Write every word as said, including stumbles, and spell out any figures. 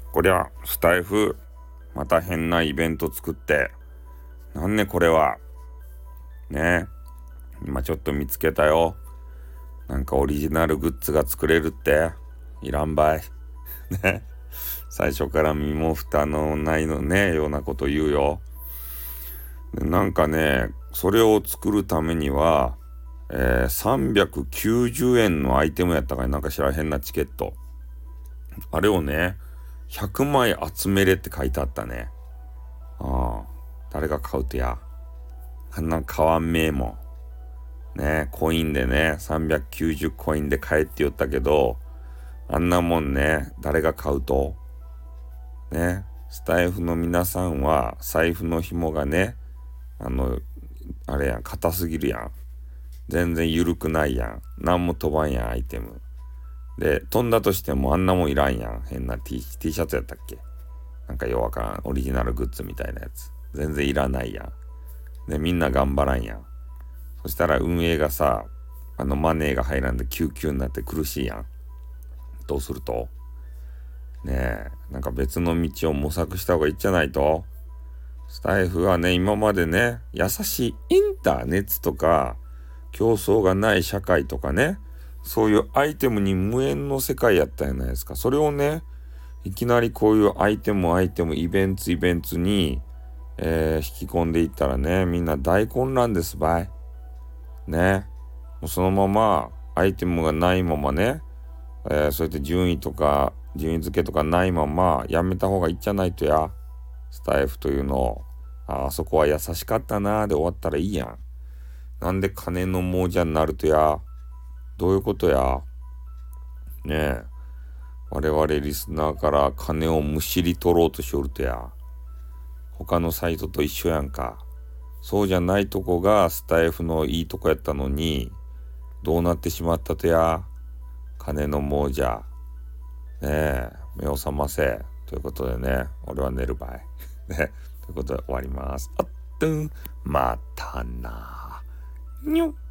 こりゃスタイフまた変なイベント作って、なんねこれはね。今ちょっと見つけたよ。なんかオリジナルグッズが作れるって。いらんばいね。最初から身も蓋のないのねようなこと言うよ。でなんかね、それを作るためには、えー、さんびゃくきゅうじゅうえんのアイテムやったかいなんか知らへんなチケット。あれをね、ひゃくまい集めれって書いてあったね。ああ、誰が買うとや。あんなん買わんめえもん。ね、コインでね、さんびゃくきゅうじゅうコインで買えって言ったけど、あんなもんね、誰が買うとね、スタイフの皆さんは財布の紐がね、あの、あれやん、硬すぎるやん。全然緩くないやん。なんも飛ばんやん、アイテム。で、飛んだとしてもあんなもんいらんやん。変な T, T シャツやったっけ、なんかようわからん。オリジナルグッズみたいなやつ。全然いらないやん。で、みんな頑張らんやん。そしたら運営がさ、あのマネーが入らんで救急になって苦しいやん。どうするとねえ、なんか別の道を模索した方がいいんじゃないと。スタイフはね、今までね、優しいインターネットとか、競争がない社会とかね、そういうアイテムに無縁の世界やったじゃないですか。それをね、いきなりこういうアイテムアイテムイベントイベントに、えー、引き込んでいったらね、みんな大混乱ですばい。ね。もうそのままアイテムがないままね、えー、そうやって順位とか順位付けとかないままやめた方がいいんじゃないとや。スタイフというのを、ああそこは優しかったなーで終わったらいいやん。なんで金の亡者になるとや。どういうことや。ねえ、我々リスナーから金をむしり取ろうとしよるとや。他のサイトと一緒やんか。そうじゃないとこがスタイフのいいとこやったのに、どうなってしまったとや。金の亡者。ねえ、目を覚ませ。ということでね、俺は寝るばい。ね、ということで終わります。あっとん、またな。にょっ。